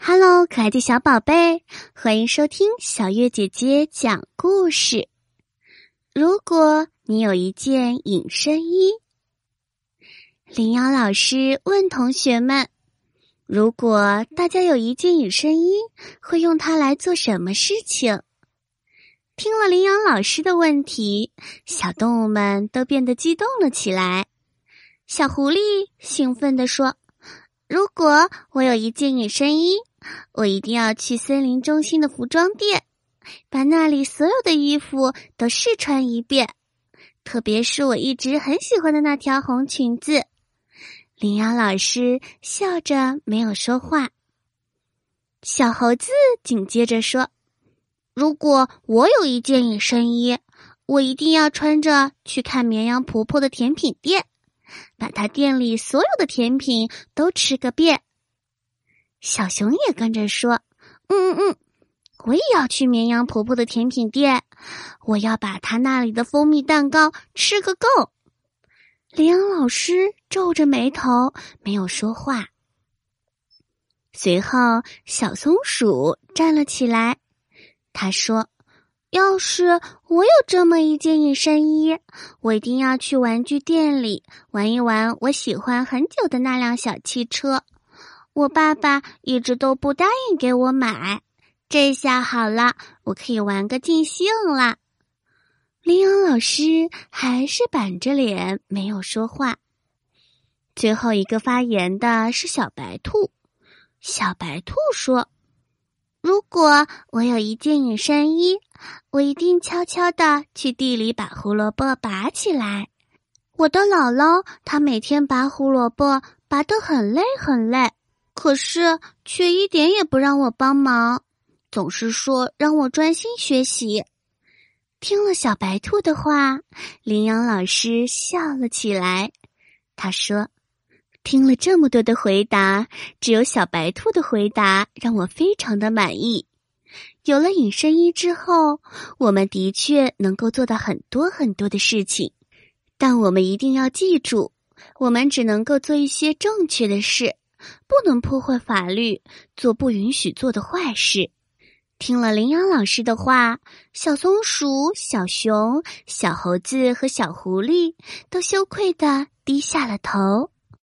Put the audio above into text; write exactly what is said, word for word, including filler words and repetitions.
Hello， 可爱的小宝贝，欢迎收听小月姐姐讲故事。如果你有一件隐身衣，羚羊老师问同学们，如果大家有一件隐身衣，会用它来做什么事情？听了羚羊老师的问题，小动物们都变得激动了起来。小狐狸兴奋地说，如果我有一件隐身衣，我一定要去森林中心的服装店，把那里所有的衣服都试穿一遍，特别是我一直很喜欢的那条红裙子。羚羊老师笑着没有说话。小猴子紧接着说，如果我有一件隐身衣，我一定要穿着去看绵羊婆婆的甜品店，把她店里所有的甜品都吃个遍。小熊也跟着说，嗯嗯嗯，我也要去绵羊婆婆的甜品店，我要把她那里的蜂蜜蛋糕吃个够。羚羊老师皱着眉头没有说话。随后小松鼠站了起来，他说，要是我有这么一件隐身衣，我一定要去玩具店里玩一玩我喜欢很久的那辆小汽车。我爸爸一直都不答应给我买，这下好了，我可以玩个尽兴了。羚羊老师还是板着脸没有说话。最后一个发言的是小白兔。小白兔说，如果我有一件隐身衣，我一定悄悄地去地里把胡萝卜拔起来。我的姥姥她每天拔胡萝卜拔得很累很累，可是却一点也不让我帮忙，总是说让我专心学习。听了小白兔的话，羚羊老师笑了起来。他说，听了这么多的回答，只有小白兔的回答让我非常的满意。有了隐身衣之后，我们的确能够做到很多很多的事情，但我们一定要记住，我们只能够做一些正确的事，不能破坏法律，做不允许做的坏事。听了羚羊老师的话，小松鼠、小熊、小猴子和小狐狸都羞愧地低下了头。